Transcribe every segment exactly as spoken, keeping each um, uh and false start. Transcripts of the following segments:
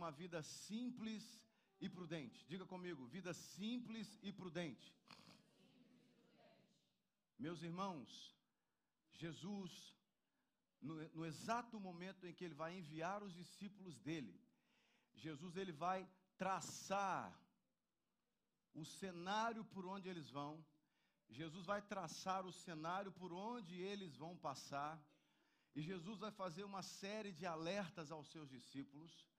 uma vida simples e prudente. Diga comigo, vida simples e prudente. Meus irmãos, Jesus, no, no exato momento em que Ele vai enviar os discípulos dele, Jesus ele vai traçar o cenário por onde eles vão, Jesus vai traçar o cenário por onde eles vão passar, e Jesus vai fazer uma série de alertas aos seus discípulos.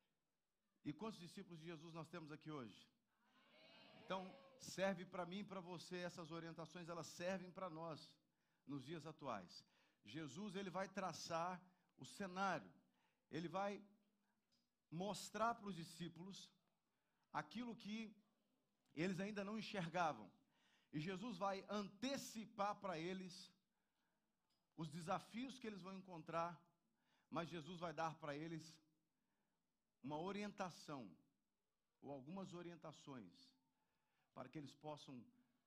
E quantos discípulos de Jesus nós temos aqui hoje? Então, serve para mim e para você, essas orientações, elas servem para nós, nos dias atuais. Jesus, ele vai traçar o cenário, ele vai mostrar para os discípulos aquilo que eles ainda não enxergavam. E Jesus vai antecipar para eles os desafios que eles vão encontrar, mas Jesus vai dar para eles uma orientação, ou algumas orientações, para que eles possam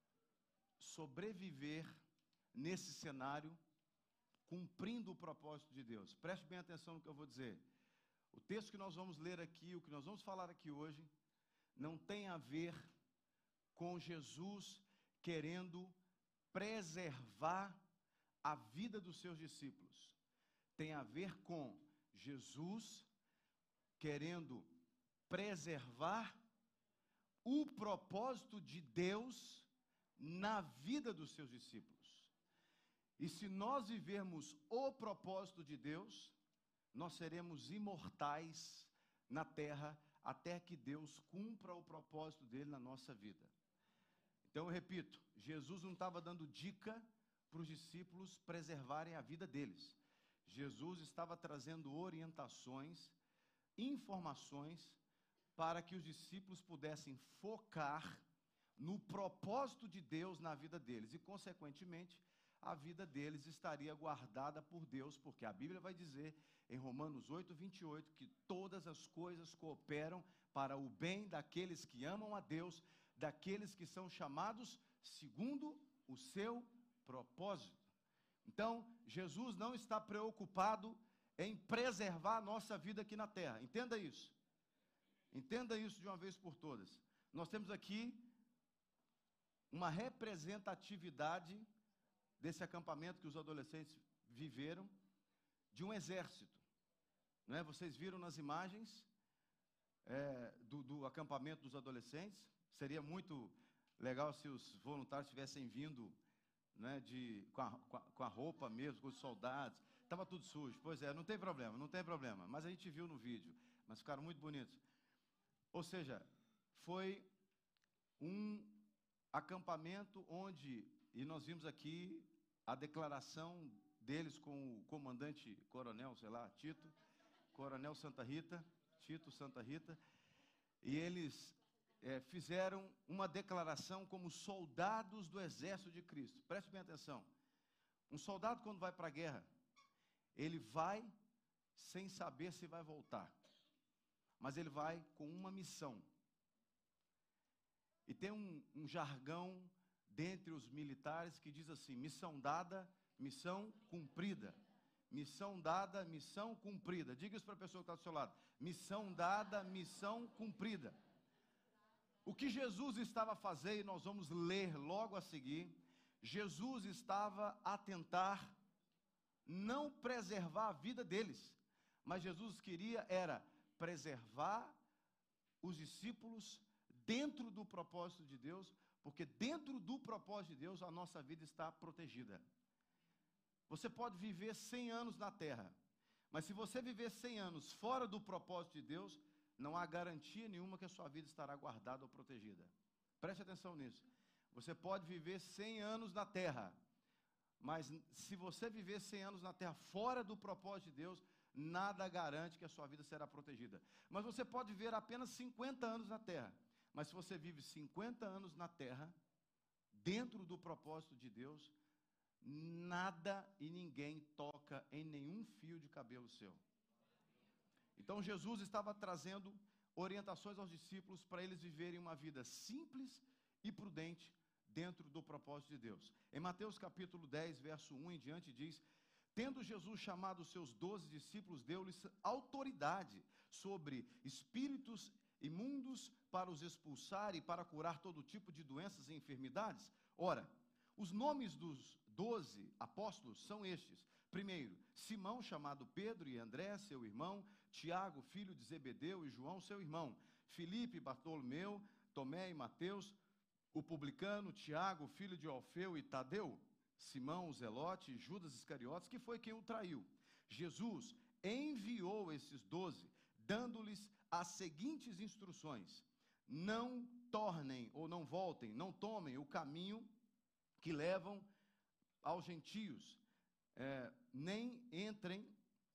sobreviver nesse cenário, cumprindo o propósito de Deus. Preste bem atenção no que eu vou dizer. O texto que nós vamos ler aqui, o que nós vamos falar aqui hoje, não tem a ver com Jesus querendo preservar a vida dos seus discípulos. Tem a ver com Jesus querendo preservar o propósito de Deus na vida dos seus discípulos. E se nós vivermos o propósito de Deus, nós seremos imortais na terra até que Deus cumpra o propósito dele na nossa vida. Então eu repito, Jesus não estava dando dica para os discípulos preservarem a vida deles. Jesus estava trazendo orientações, informações, para que os discípulos pudessem focar no propósito de Deus na vida deles. E, consequentemente, a vida deles estaria guardada por Deus, porque a Bíblia vai dizer, em Romanos oito, vinte e oito, que todas as coisas cooperam para o bem daqueles que amam a Deus, daqueles que são chamados segundo o seu propósito. Então, Jesus não está preocupado em preservar a nossa vida aqui na terra. Entenda isso. Entenda isso de uma vez por todas. Nós temos aqui uma representatividade desse acampamento que os adolescentes viveram, de um exército. Não é? Vocês viram nas imagens é, do, do acampamento dos adolescentes. Seria muito legal se os voluntários tivessem vindo, né, de, com, a, com, a, com a roupa mesmo, com os soldados. Estava tudo sujo. Pois é, não tem problema, não tem problema. Mas a gente viu no vídeo, mas ficaram muito bonitos. Ou seja, foi um acampamento onde, e nós vimos aqui a declaração deles com o comandante coronel, sei lá, Tito, coronel Santa Rita, Tito Santa Rita, e eles é, fizeram uma declaração como soldados do exército de Cristo. Preste bem atenção. Um soldado, quando vai para a guerra, ele vai sem saber se vai voltar, mas ele vai com uma missão. E tem um, um jargão dentre os militares que diz assim: missão dada, missão cumprida. Missão dada, missão cumprida. Diga isso para a pessoa que está do seu lado. Missão dada, missão cumprida. O que Jesus estava fazendo, e nós vamos ler logo a seguir, Jesus estava a tentar não preservar a vida deles, mas Jesus queria era preservar os discípulos dentro do propósito de Deus, porque dentro do propósito de Deus a nossa vida está protegida. Você pode viver cem anos na terra, mas se você viver cem anos fora do propósito de Deus, não há garantia nenhuma que a sua vida estará guardada ou protegida. Preste atenção nisso. Você pode viver cem anos na terra, mas se você viver cem anos na terra fora do propósito de Deus, nada garante que a sua vida será protegida. Mas você pode viver apenas cinquenta anos na terra, mas se você vive cinquenta anos na terra, dentro do propósito de Deus, nada e ninguém toca em nenhum fio de cabelo seu. Então Jesus estava trazendo orientações aos discípulos para eles viverem uma vida simples e prudente dentro do propósito de Deus. Em Mateus capítulo dez, verso um em diante diz: Tendo Jesus chamado os seus doze discípulos, deu-lhes autoridade sobre espíritos imundos para os expulsar e para curar todo tipo de doenças e enfermidades. Ora, os nomes dos doze apóstolos são estes. Primeiro, Simão, chamado Pedro, e André, seu irmão, Tiago, filho de Zebedeu, e João, seu irmão, Filipe, Bartolomeu, Tomé e Mateus, o publicano, Tiago, filho de Alfeu, e Tadeu, Simão, o Zelote, e Judas Iscariotes, que foi quem o traiu. Jesus enviou esses doze, dando-lhes as seguintes instruções: não tornem ou não voltem, não tomem o caminho que levam aos gentios, é, nem entrem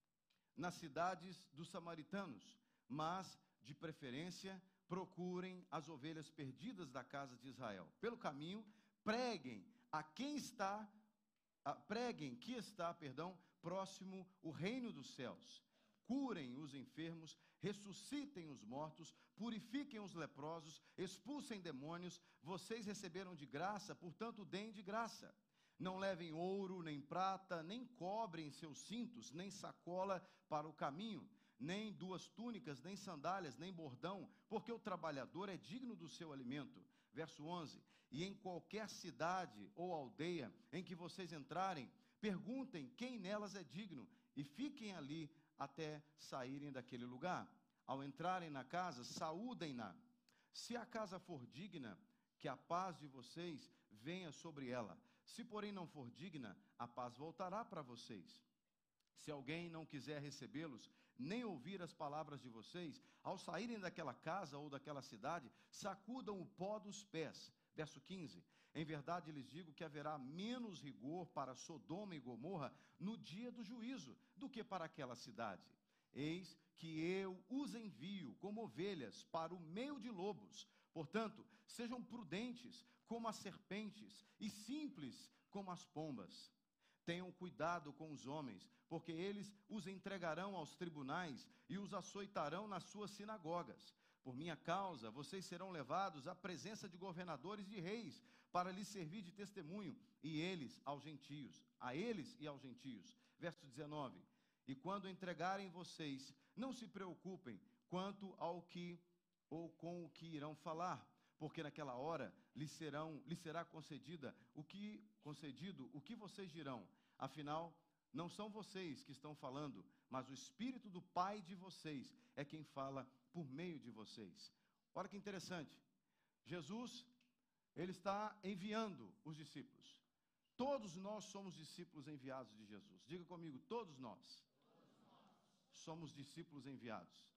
nas cidades dos samaritanos, mas, de preferência, procurem as ovelhas perdidas da casa de Israel. Pelo caminho, preguem a quem está, a, preguem que está, perdão, próximo o reino dos céus. Curem os enfermos, ressuscitem os mortos, purifiquem os leprosos, expulsem demônios. Vocês receberam de graça, portanto, deem de graça. Não levem ouro, nem prata, nem cobre em seus cintos, nem sacola para o caminho, nem duas túnicas, nem sandálias, nem bordão, porque o trabalhador é digno do seu alimento. Verso onze, e em qualquer cidade ou aldeia em que vocês entrarem, perguntem quem nelas é digno, e fiquem ali até saírem daquele lugar. Ao entrarem na casa, saúdem-na. Se a casa for digna, que a paz de vocês venha sobre ela. Se, porém, não for digna, a paz voltará para vocês. Se alguém não quiser recebê-los, nem ouvir as palavras de vocês, ao saírem daquela casa ou daquela cidade, sacudam o pó dos pés. Verso quinze, em verdade lhes digo que haverá menos rigor para Sodoma e Gomorra no dia do juízo, do que para aquela cidade. Eis que eu os envio como ovelhas para o meio de lobos. Portanto, sejam prudentes como as serpentes e simples como as pombas. Tenham cuidado com os homens, porque eles os entregarão aos tribunais e os açoitarão nas suas sinagogas. Por minha causa, vocês serão levados à presença de governadores e reis, para lhes servir de testemunho, e eles aos gentios, a eles e aos gentios. Verso dezenove, e quando entregarem vocês, não se preocupem quanto ao que ou com o que irão falar, porque naquela hora lhes, serão, lhes será concedida o que, concedido o que vocês dirão. Afinal, não são vocês que estão falando, mas o Espírito do Pai de vocês é quem fala por meio de vocês. Olha que interessante. Jesus, ele está enviando os discípulos. Todos nós somos discípulos enviados de Jesus. Diga comigo, todos nós, todos nós. somos discípulos enviados.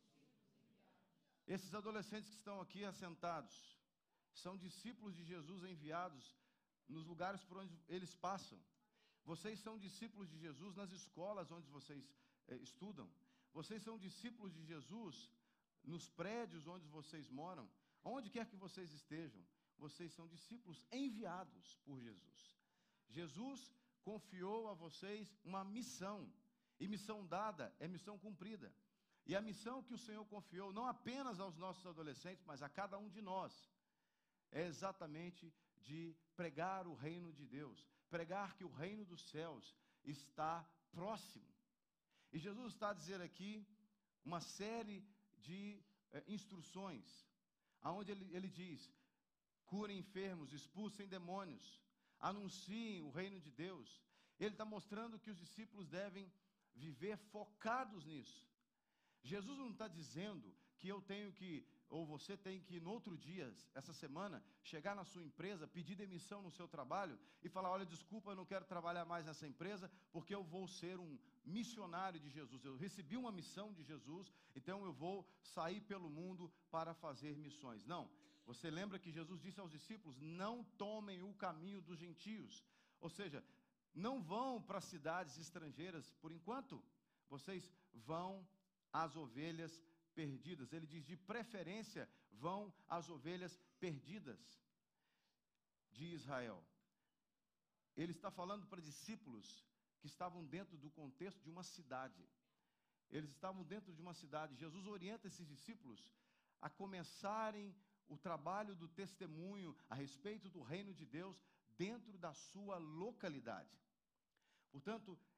Esses adolescentes que estão aqui assentados são discípulos de Jesus enviados nos lugares por onde eles passam. Vocês são discípulos de Jesus nas escolas onde vocês eh, estudam. Vocês são discípulos de Jesus nos prédios onde vocês moram. Onde quer que vocês estejam, vocês são discípulos enviados por Jesus. Jesus confiou a vocês uma missão. E missão dada é missão cumprida. E a missão que o Senhor confiou, não apenas aos nossos adolescentes, mas a cada um de nós, é exatamente de pregar o reino de Deus, pregar que o reino dos céus está próximo. E Jesus está a dizer aqui uma série de eh, instruções, aonde ele, ele diz, curem enfermos, expulsem demônios, anunciem o reino de Deus. Ele está mostrando que os discípulos devem viver focados nisso. Jesus não está dizendo que eu tenho que, ou você tem que, no outro dia, essa semana, chegar na sua empresa, pedir demissão no seu trabalho e falar, olha, desculpa, eu não quero trabalhar mais nessa empresa, porque eu vou ser um missionário de Jesus. Eu recebi uma missão de Jesus, então eu vou sair pelo mundo para fazer missões. Não, você lembra que Jesus disse aos discípulos, não tomem o caminho dos gentios. Ou seja, não vão para cidades estrangeiras por enquanto, vocês vão as ovelhas perdidas. Ele diz, de preferência, vão as ovelhas perdidas de Israel. Ele está falando para discípulos que estavam dentro do contexto de uma cidade. Eles estavam dentro de uma cidade. Jesus orienta esses discípulos a começarem o trabalho do testemunho a respeito do reino de Deus dentro da sua localidade. Portanto,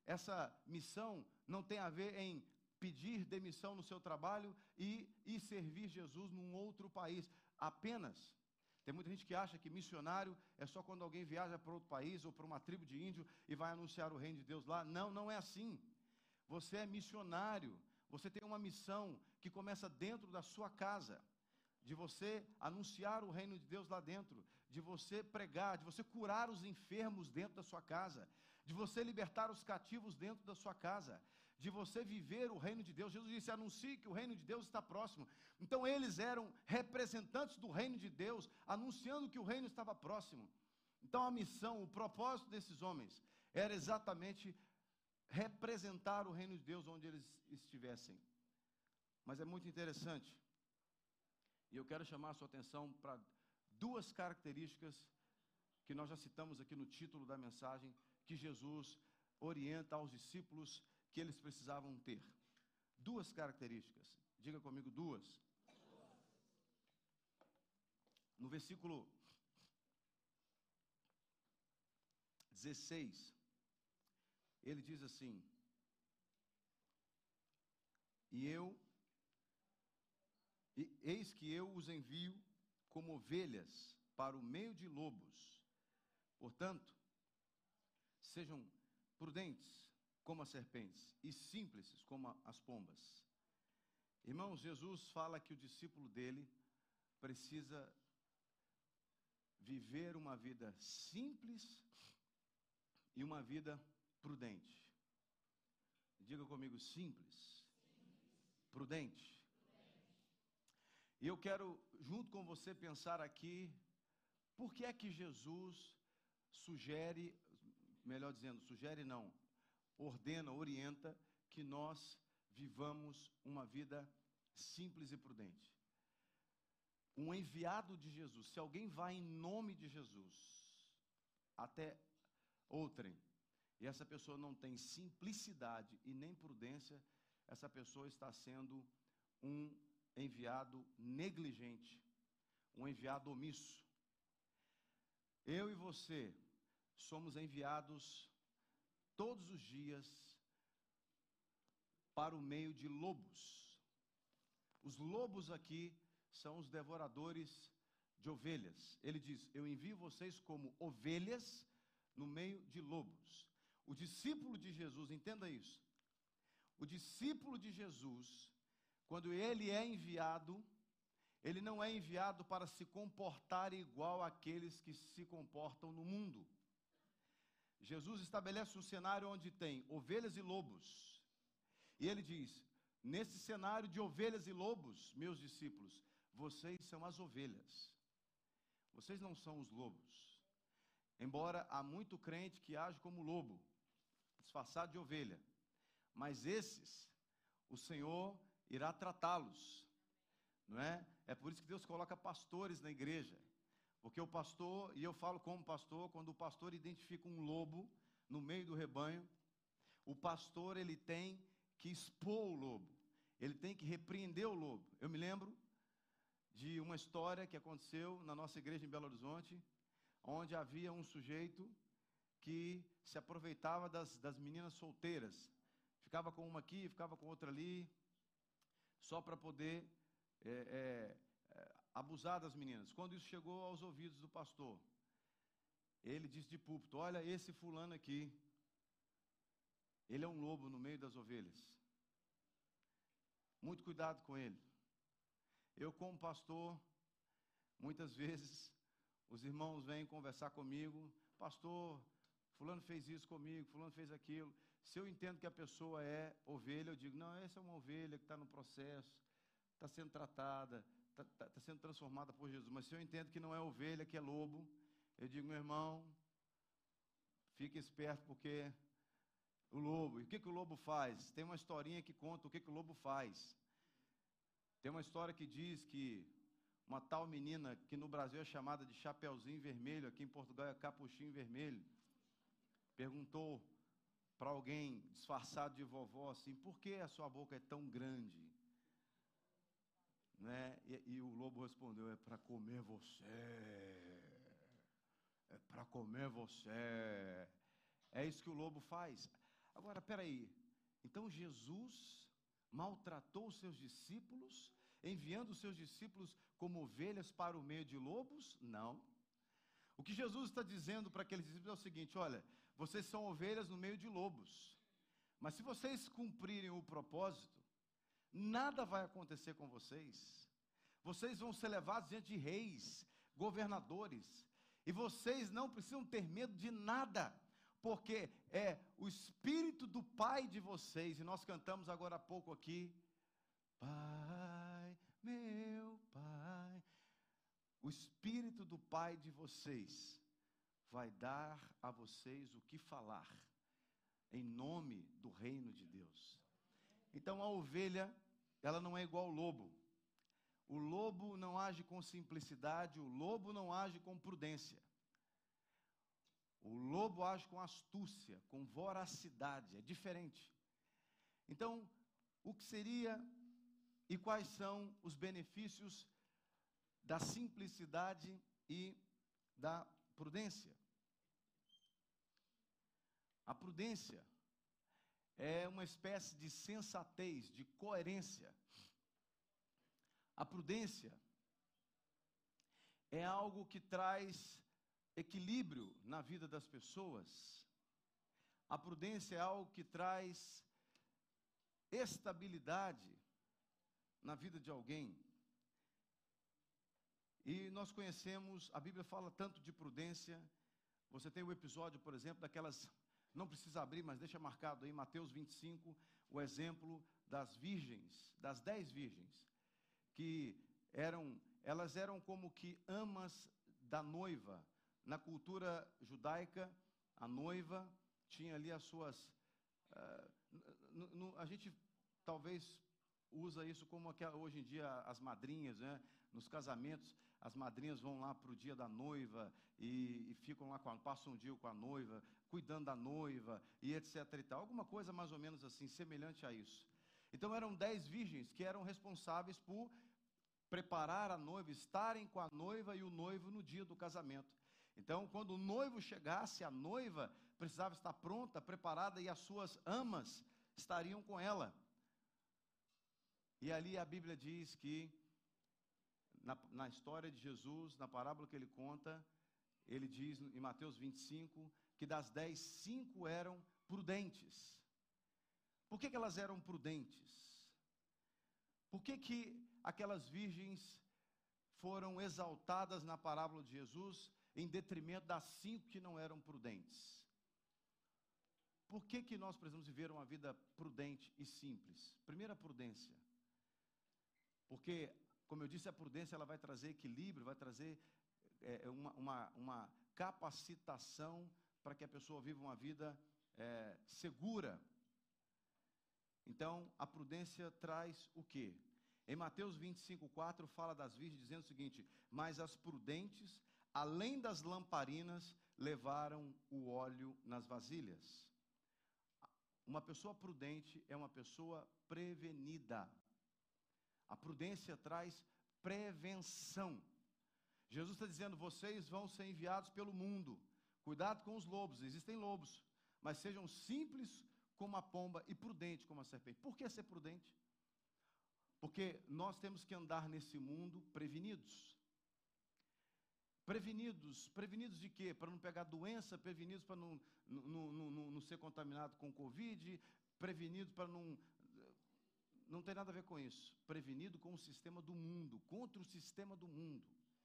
essa missão não tem a ver em pedir demissão no seu trabalho e, e servir Jesus num outro país. Apenas, tem muita gente que acha que missionário é só quando alguém viaja para outro país ou para uma tribo de índio e vai anunciar o reino de Deus lá. Não, não é assim. Você é missionário, você tem uma missão que começa dentro da sua casa, de você anunciar o reino de Deus lá dentro, de você pregar, de você curar os enfermos dentro da sua casa, de você libertar os cativos dentro da sua casa, de você viver o reino de Deus. Jesus disse: anuncie que o reino de Deus está próximo. Então eles eram representantes do reino de Deus, anunciando que o reino estava próximo. Então a missão, o propósito desses homens era exatamente representar o reino de Deus onde eles estivessem. Mas é muito interessante, e eu quero chamar a sua atenção para duas características que nós já citamos aqui no título da mensagem, que Jesus orienta aos discípulos que eles precisavam ter. Duas características. Diga comigo, duas. No versículo dezesseis, ele diz assim: E eu, e, eis que eu os envio como ovelhas para o meio de lobos. Portanto, sejam prudentes como as serpentes e simples como as pombas. Irmãos, Jesus fala que o discípulo dele precisa viver uma vida simples e uma vida prudente. Diga comigo, simples, simples. Prudente. prudente. E eu quero, junto com você, pensar aqui, por que é que Jesus sugere, melhor dizendo, sugere não, ordena, orienta que nós vivamos uma vida simples e prudente. Um enviado de Jesus, se alguém vai em nome de Jesus até outrem, e essa pessoa não tem simplicidade e nem prudência, essa pessoa está sendo um enviado negligente, um enviado omisso. Eu e você somos enviados todos os dias para o meio de lobos. Os lobos aqui são os devoradores de ovelhas. Ele diz: eu envio vocês como ovelhas no meio de lobos. O discípulo de Jesus, entenda isso, o discípulo de Jesus, quando ele é enviado, ele não é enviado para se comportar igual àqueles que se comportam no mundo. Jesus estabelece um cenário onde tem ovelhas e lobos. E ele diz: nesse cenário de ovelhas e lobos, meus discípulos, vocês são as ovelhas. Vocês não são os lobos. Embora há muito crente que age como lobo, disfarçado de ovelha. Mas esses, o Senhor irá tratá-los. Não é? É por isso que Deus coloca pastores na igreja. Porque o pastor, e eu falo como pastor, quando o pastor identifica um lobo no meio do rebanho, o pastor ele tem que expor o lobo, ele tem que repreender o lobo. Eu me lembro de uma história que aconteceu na nossa igreja em Belo Horizonte, onde havia um sujeito que se aproveitava das, das meninas solteiras, ficava com uma aqui, ficava com outra ali, só para poder é, é, é, abusar das meninas. Quando isso chegou aos ouvidos do pastor, ele disse de púlpito: olha, esse fulano aqui, ele é um lobo no meio das ovelhas. Muito cuidado com ele. Eu, como pastor, muitas vezes, os irmãos vêm conversar comigo: pastor, fulano fez isso comigo, fulano fez aquilo. Se eu entendo que a pessoa é ovelha, eu digo: não, essa é uma ovelha que está no processo, está sendo tratada, está, está, está sendo transformada por Jesus. Mas se eu entendo que não é ovelha, que é lobo, eu digo: meu irmão, fique esperto, porque o lobo, e o que, que o lobo faz? Tem uma historinha que conta o que, que o lobo faz. Tem uma história que diz que uma tal menina, que no Brasil é chamada de Chapeuzinho Vermelho, aqui em Portugal é Capuchinho Vermelho, perguntou para alguém disfarçado de vovó assim: por que a sua boca é tão grande? Né? E, e o lobo respondeu: é para comer você, é para comer você. É isso que o lobo faz. Agora, peraí, então Jesus maltratou os seus discípulos, enviando os seus discípulos como ovelhas para o meio de lobos? Não. O que Jesus está dizendo para aqueles discípulos é o seguinte: olha, vocês são ovelhas no meio de lobos, mas se vocês cumprirem o propósito, nada vai acontecer com vocês. Vocês vão ser levados diante de reis, governadores, e vocês não precisam ter medo de nada, porque é o Espírito do Pai de vocês, e nós cantamos agora há pouco aqui, Pai, meu Pai, o Espírito do Pai de vocês vai dar a vocês o que falar, em nome do reino de Deus. Então a ovelha, ela não é igual ao lobo. O lobo não age com simplicidade, o lobo não age com prudência. O lobo age com astúcia, com voracidade, é diferente. Então, o que seria e quais são os benefícios da simplicidade e da prudência? A prudência é uma espécie de sensatez, de coerência. A prudência é algo que traz equilíbrio na vida das pessoas. A prudência é algo que traz estabilidade na vida de alguém. E nós conhecemos, a Bíblia fala tanto de prudência. Você tem o episódio, por exemplo, daquelas, não precisa abrir, mas deixa marcado aí, Mateus vinte e cinco, o exemplo das virgens, das dez virgens, que eram, elas eram como que amas da noiva. Na cultura judaica, a noiva tinha ali as suas, uh, no, no, a gente talvez usa isso como que hoje em dia as madrinhas, né? Nos casamentos, as madrinhas vão lá para o dia da noiva e, e ficam lá, com a, passam um dia com a noiva, cuidando da noiva e etc e tal. Alguma coisa mais ou menos assim, semelhante a isso. Então eram dez virgens que eram responsáveis por preparar a noiva, estarem com a noiva e o noivo no dia do casamento. Então, quando o noivo chegasse, a noiva precisava estar pronta, preparada, e as suas amas estariam com ela. E ali a Bíblia diz que, na, na história de Jesus, na parábola que ele conta, ele diz em Mateus vinte e cinco, que das dez, cinco eram prudentes. Por que que elas eram prudentes? Por que que aquelas virgens foram exaltadas na parábola de Jesus, em detrimento das cinco que não eram prudentes? Por que que nós precisamos viver uma vida prudente e simples? Primeiro, a prudência. Porque, como eu disse, a prudência ela vai trazer equilíbrio, vai trazer é, uma, uma, uma capacitação para que a pessoa viva uma vida é, segura. Então, a prudência traz o quê? Em Mateus vinte e cinco, quatro, fala das virgens, dizendo o seguinte: mas as prudentes, além das lamparinas, levaram o óleo nas vasilhas. Uma pessoa prudente é uma pessoa prevenida. A prudência traz prevenção. Jesus está dizendo: vocês vão ser enviados pelo mundo. Cuidado com os lobos, existem lobos, mas sejam simples como a pomba e prudente como a serpente. Por que ser prudente? Porque nós temos que andar nesse mundo prevenidos. Prevenidos, prevenidos de quê? Para não pegar doença, prevenidos para não, não, não, não, não ser contaminado com Covid, prevenidos para não... Não tem nada a ver com isso. Prevenido com o sistema do mundo, contra o sistema do mundo.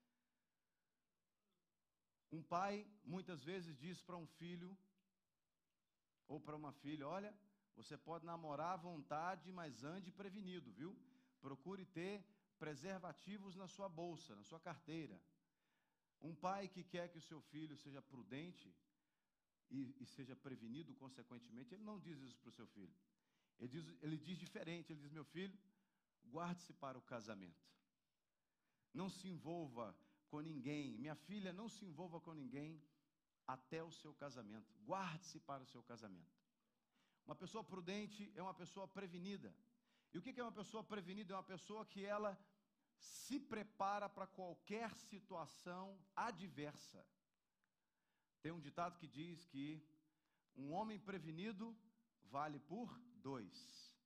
Um pai, muitas vezes, diz para um filho, ou para uma filha: olha, você pode namorar à vontade, mas ande prevenido, viu? Procure ter preservativos na sua bolsa, na sua carteira. Um pai que quer que o seu filho seja prudente e, e seja prevenido, consequentemente, ele não diz isso para o seu filho. Ele diz, ele diz diferente, ele diz: meu filho, guarde-se para o casamento. Não se envolva com ninguém. Minha filha, não se envolva com ninguém até o seu casamento. Guarde-se para o seu casamento. Uma pessoa prudente é uma pessoa prevenida. E o que é uma pessoa prevenida? É uma pessoa que ela se prepara para qualquer situação adversa. Tem um ditado que diz que um homem prevenido, vale por dois.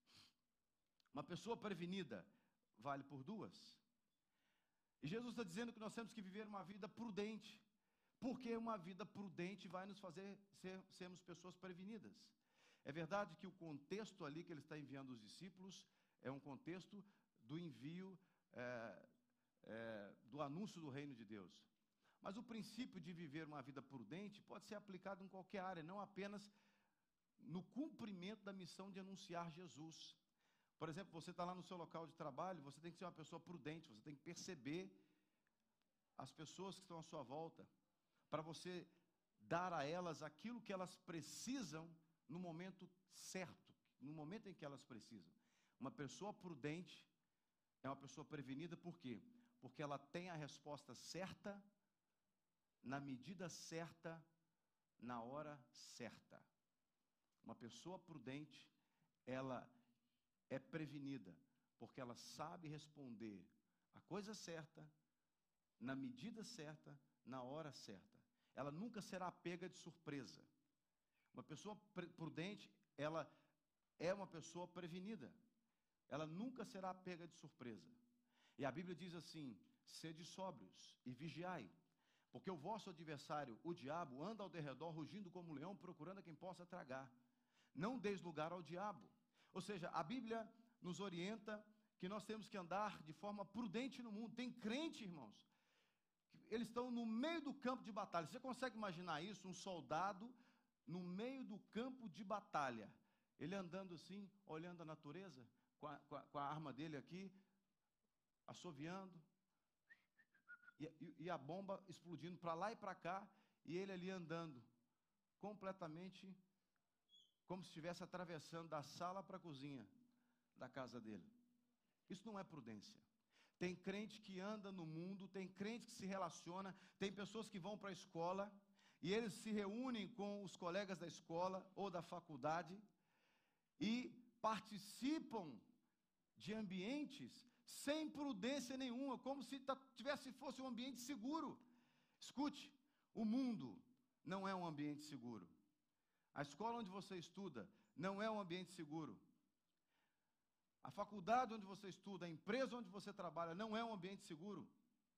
Uma pessoa prevenida vale por duas. E Jesus está dizendo que nós temos que viver uma vida prudente, porque uma vida prudente vai nos fazer ser, sermos pessoas prevenidas. É verdade que o contexto ali que ele está enviando os discípulos é um contexto do envio, é, é, do anúncio do reino de Deus. Mas o princípio de viver uma vida prudente pode ser aplicado em qualquer área, não apenas no cumprimento da missão de anunciar Jesus. Por exemplo, você está lá no seu local de trabalho, você tem que ser uma pessoa prudente, você tem que perceber as pessoas que estão à sua volta, para você dar a elas aquilo que elas precisam no momento certo, no momento em que elas precisam. Uma pessoa prudente é uma pessoa prevenida, por quê? Porque ela tem a resposta certa, na medida certa, na hora certa. Uma pessoa prudente, ela é prevenida, porque ela sabe responder a coisa certa, na medida certa, na hora certa. Ela nunca será pega de surpresa. Uma pessoa prudente, ela é uma pessoa prevenida. Ela nunca será pega de surpresa. E a Bíblia diz assim: sede sóbrios e vigiai, porque o vosso adversário, o diabo, anda ao derredor rugindo como um leão, procurando a quem possa tragar. Não deis lugar ao diabo. Ou seja, a Bíblia nos orienta que nós temos que andar de forma prudente no mundo. Tem crente, irmãos, eles estão no meio do campo de batalha. Você consegue imaginar isso? Um soldado no meio do campo de batalha, ele andando assim, olhando a natureza, com a, com a, com a arma dele aqui, assoviando, e, e, e a bomba explodindo para lá e para cá, e ele ali andando, completamente, como se estivesse atravessando da sala para a cozinha da casa dele. Isso não é prudência. Tem crente que anda no mundo, tem crente que se relaciona, tem pessoas que vão para a escola, e eles se reúnem com os colegas da escola ou da faculdade, e participam de ambientes sem prudência nenhuma, como se tivesse fosse um ambiente seguro. Escute, o mundo não é um ambiente seguro. A escola onde você estuda não é um ambiente seguro. A faculdade onde você estuda, a empresa onde você trabalha, não é um ambiente seguro.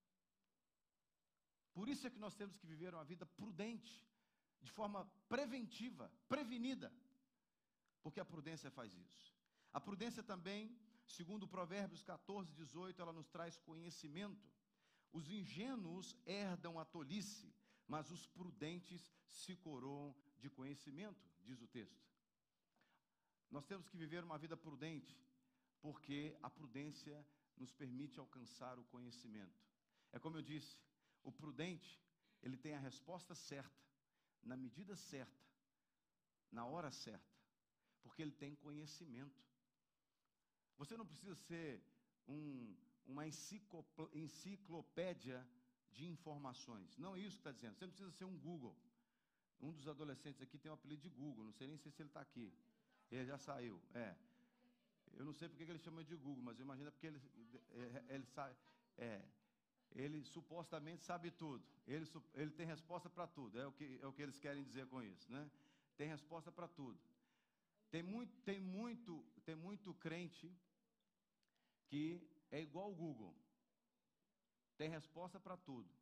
Por isso é que nós temos que viver uma vida prudente, de forma preventiva, prevenida, porque a prudência faz isso. A prudência também, segundo Provérbios catorze, dezoito, ela nos traz conhecimento. Os ingênuos herdam a tolice, mas os prudentes se coroam de conhecimento, diz o texto. Nós temos que viver uma vida prudente, porque a prudência nos permite alcançar o conhecimento. É como eu disse, o prudente, ele tem a resposta certa, na medida certa, na hora certa, porque ele tem conhecimento. Você não precisa ser um, uma enciclopédia de informações, não é isso que está dizendo. Você não precisa ser um Google. Um dos adolescentes aqui tem o apelido de Google, não sei nem se ele está aqui. Ele já saiu, é. Eu não sei porque ele chama de Google, mas eu imagino porque ele, ele sabe, é, ele supostamente sabe tudo. Ele, ele tem resposta para tudo, é o, que, é o que eles querem dizer com isso, né? Tem resposta para tudo. Tem muito, tem, muito, tem muito crente que é igual ao Google. Tem resposta para tudo.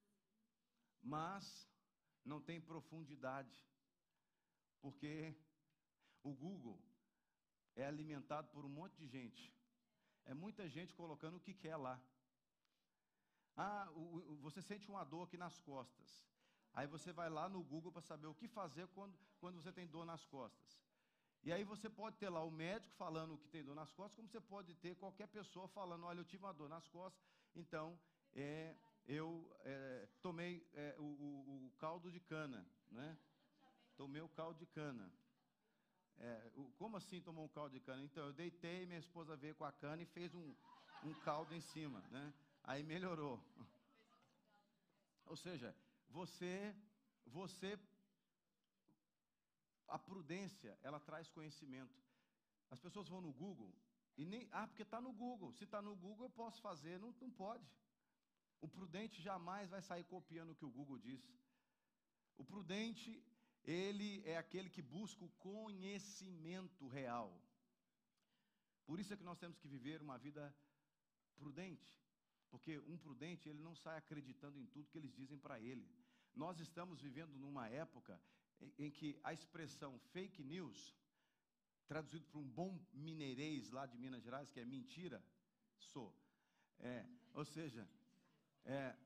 Mas não tem profundidade. Porque o Google é alimentado por um monte de gente. É muita gente colocando o que quer lá. Ah, o, o, você sente uma dor aqui nas costas. Aí você vai lá no Google para saber o que fazer quando, quando você tem dor nas costas. E aí você pode ter lá o médico falando que tem dor nas costas, como você pode ter qualquer pessoa falando, olha, eu tive uma dor nas costas, então é, eu é, tomei é, o, o, o caldo de cana, né? Tomei o caldo de cana. É, o, como assim tomou um caldo de cana? Então, eu deitei, minha esposa veio com a cana e fez um, um caldo em cima, né? Aí melhorou. Ou seja, você, você, a prudência, ela traz conhecimento. As pessoas vão no Google e nem, ah, porque está no Google. Se está no Google, eu posso fazer. Não, não pode. O prudente jamais vai sair copiando o que o Google diz. O prudente, ele é aquele que busca o conhecimento real. Por isso é que nós temos que viver uma vida prudente, porque um prudente, ele não sai acreditando em tudo que eles dizem para ele. Nós estamos vivendo numa época em, em que a expressão fake news, traduzido por um bom mineirês lá de Minas Gerais, que é mentira, sou. É, ou seja, é,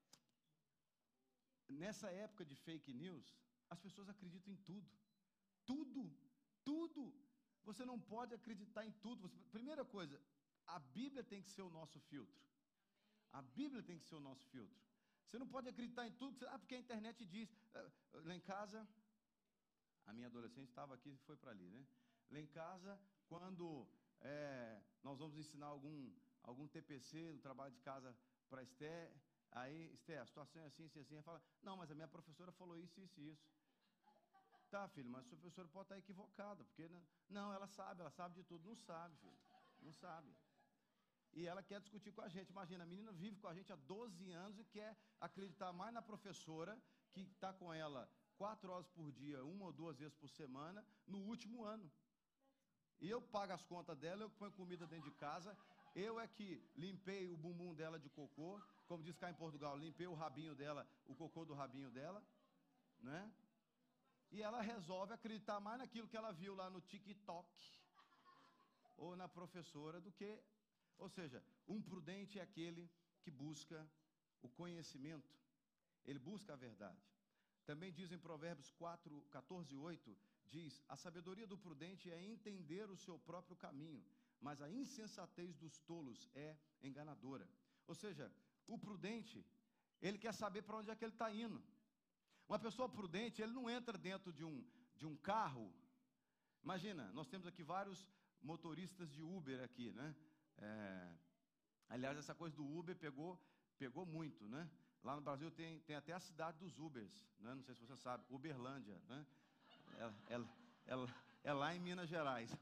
nessa época de fake news, as pessoas acreditam em tudo. Tudo, tudo. Você não pode acreditar em tudo. Você, primeira coisa, a Bíblia tem que ser o nosso filtro. A Bíblia tem que ser o nosso filtro. Você não pode acreditar em tudo, ah, porque a internet diz. Lá em casa, a minha adolescente estava aqui e foi para ali, né? Lá em casa, quando é, nós vamos ensinar algum, algum T P C, um trabalho de casa para a Esté, aí, Esté, a situação é assim, assim, assim, ela fala, não, mas a minha professora falou isso, isso e isso. Tá, filho, mas a sua professora pode estar equivocada, porque, não, não, ela sabe, ela sabe de tudo. Não sabe, filho, não sabe. E ela quer discutir com a gente. Imagina, a menina vive com a gente há doze anos e quer acreditar mais na professora, que está com ela quatro horas por dia, uma ou duas vezes por semana, no último ano. E eu pago as contas dela, eu ponho comida dentro de casa, eu é que limpei o bumbum dela de cocô, como diz cá em Portugal, limpei o rabinho dela, o cocô do rabinho dela, né? E ela resolve acreditar mais naquilo que ela viu lá no TikTok, ou na professora, do que... Ou seja, um prudente é aquele que busca o conhecimento, ele busca a verdade. Também diz em Provérbios quatro, catorze, oito, diz, a sabedoria do prudente é entender o seu próprio caminho, mas a insensatez dos tolos é enganadora. Ou seja, o prudente, ele quer saber para onde é que ele está indo. Uma pessoa prudente, ele não entra dentro de um, de um carro. Imagina, nós temos aqui vários motoristas de Uber aqui, né? É, aliás, essa coisa do Uber pegou, pegou muito, né? Lá no Brasil tem, tem até a cidade dos Ubers, né? Não sei se você sabe, Uberlândia, né? É, é, é, é lá em Minas Gerais.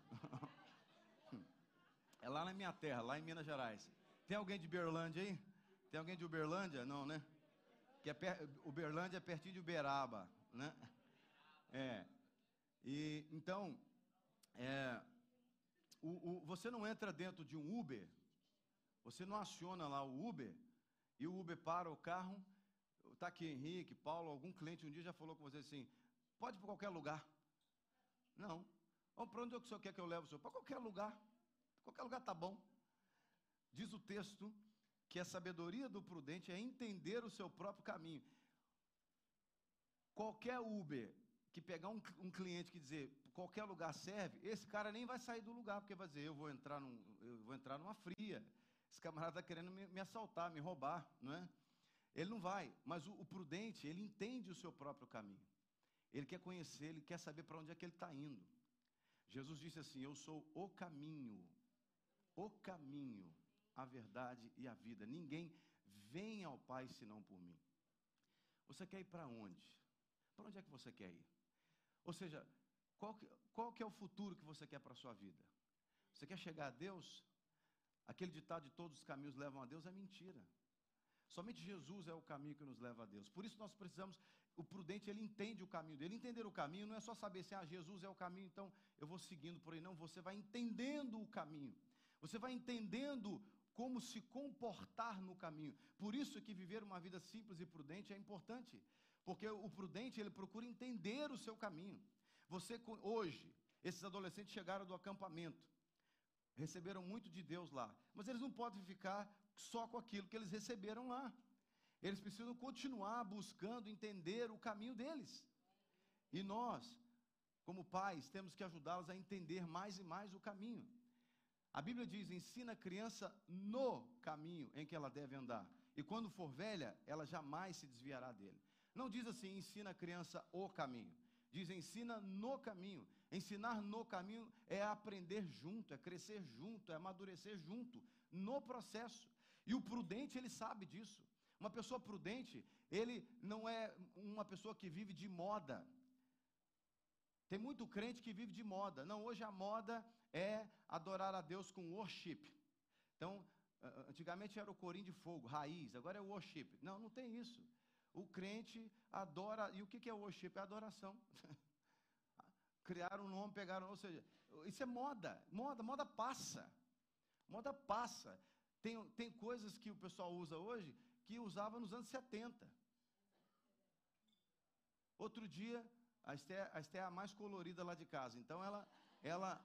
É lá na minha terra, lá em Minas Gerais. Tem alguém de Uberlândia aí? Tem alguém de Uberlândia? Não, né? Que é per, Uberlândia é pertinho de Uberaba, né? É. E então, é, o, o, você não entra dentro de um Uber, você não aciona lá o Uber, e o Uber para o carro, está aqui Henrique, Paulo, algum cliente um dia já falou com você assim, pode ir para qualquer lugar. Não. Para onde é que o senhor quer que eu leve o senhor? Para qualquer lugar. Qualquer lugar está bom. Diz o texto que a sabedoria do prudente é entender o seu próprio caminho. Qualquer Uber que pegar um, um cliente que dizer qualquer lugar serve, esse cara nem vai sair do lugar, porque vai dizer, eu vou entrar, num, eu vou entrar numa fria. Esse camarada está querendo me, me assaltar, me roubar, não é? Ele não vai, mas o, o prudente, ele entende o seu próprio caminho. Ele quer conhecer, ele quer saber para onde é que ele está indo. Jesus disse assim, eu sou o caminho, o caminho, a verdade e a vida. Ninguém vem ao Pai senão por mim. Você quer ir para onde? Para onde é que você quer ir? Ou seja, qual que, qual que é o futuro que você quer para a sua vida? Você quer chegar a Deus? Aquele ditado de todos os caminhos levam a Deus é mentira. Somente Jesus é o caminho que nos leva a Deus. Por isso nós precisamos, o prudente, ele entende o caminho dele. Entender o caminho não é só saber se ah, Jesus é o caminho, então eu vou seguindo por aí. Não, você vai entendendo o caminho. Você vai entendendo como se comportar no caminho. Por isso que viver uma vida simples e prudente é importante. Porque o prudente, ele procura entender o seu caminho. Você, hoje, esses adolescentes chegaram do acampamento. Receberam muito de Deus lá. Mas eles não podem ficar só com aquilo que eles receberam lá. Eles precisam continuar buscando entender o caminho deles. E nós, como pais, temos que ajudá-los a entender mais e mais o caminho. A Bíblia diz, ensina a criança no caminho em que ela deve andar. E quando for velha, ela jamais se desviará dele. Não diz assim, ensina a criança o caminho. Diz, ensina no caminho. Ensinar no caminho é aprender junto, é crescer junto, é amadurecer junto, no processo. E o prudente, ele sabe disso. Uma pessoa prudente, ele não é uma pessoa que vive de moda. Tem muito crente que vive de moda. Não, hoje a moda é adorar a Deus com worship. Então, antigamente era o corim de fogo, raiz, agora é o worship. Não, não tem isso. O crente adora, e o que é worship? É adoração. Criaram um nome, pegaram, ou seja, isso é moda, moda, moda passa. Moda passa. Tem, tem coisas que o pessoal usa hoje que usava nos anos setenta. Outro dia, a Esté, a Esté é a mais colorida lá de casa, então ela, ela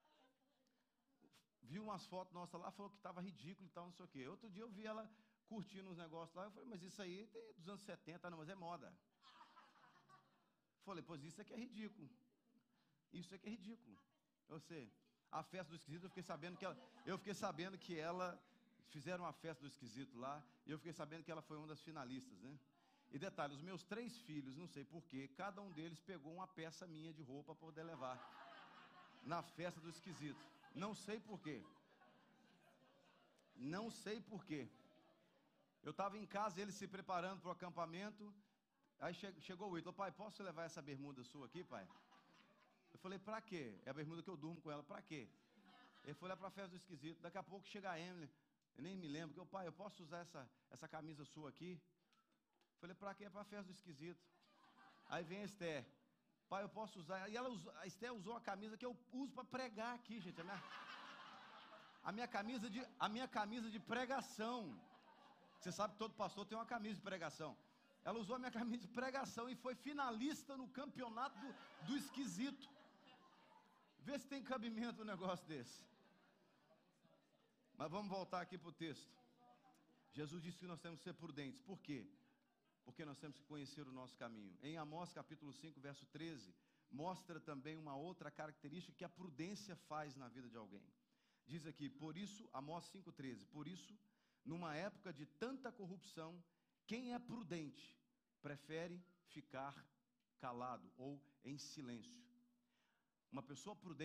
viu umas fotos nossas lá, falou que estava ridículo e tal, não sei o quê. Outro dia eu vi ela curtindo uns negócios lá, eu falei, mas isso aí tem dos anos setenta, não, mas é moda. Falei, pois isso aqui é ridículo. Isso aqui é ridículo. Você, a festa do esquisito, eu fiquei sabendo que ela, eu fiquei sabendo que ela fizeram uma festa do esquisito lá, e eu fiquei sabendo que ela foi uma das finalistas, né? E detalhe, os meus três filhos, não sei porquê, cada um deles pegou uma peça minha de roupa para poder levar na festa do esquisito. Não sei porquê. Não sei porquê. Eu estava em casa, eles se preparando para o acampamento. Aí che chegou o Ítalo, pai, posso levar essa bermuda sua aqui, pai? Eu falei, pra quê? É a bermuda que eu durmo com ela, pra quê? Ele foi lá para a festa do esquisito. Daqui a pouco chega a Emily, eu nem me lembro, que eu, pai, eu posso usar essa, essa camisa sua aqui? Eu falei, pra quê? É para a festa do esquisito. Aí vem a Esté, pai, eu posso usar? E ela usou, a Esté usou a camisa que eu uso para pregar aqui, gente. A minha, a minha camisa de, a minha camisa de pregação. Você sabe que todo pastor tem uma camisa de pregação. Ela usou a minha camisa de pregação e foi finalista no campeonato do, do esquisito. Vê se tem cabimento um negócio desse. Mas vamos voltar aqui para o texto. Jesus disse que nós temos que ser prudentes. Por quê? Porque nós temos que conhecer o nosso caminho. Em Amós capítulo cinco, verso treze, mostra também uma outra característica que a prudência faz na vida de alguém. Diz aqui, por isso, Amós cinco, treze, por isso, numa época de tanta corrupção, quem é prudente prefere ficar calado ou em silêncio. Uma pessoa prudente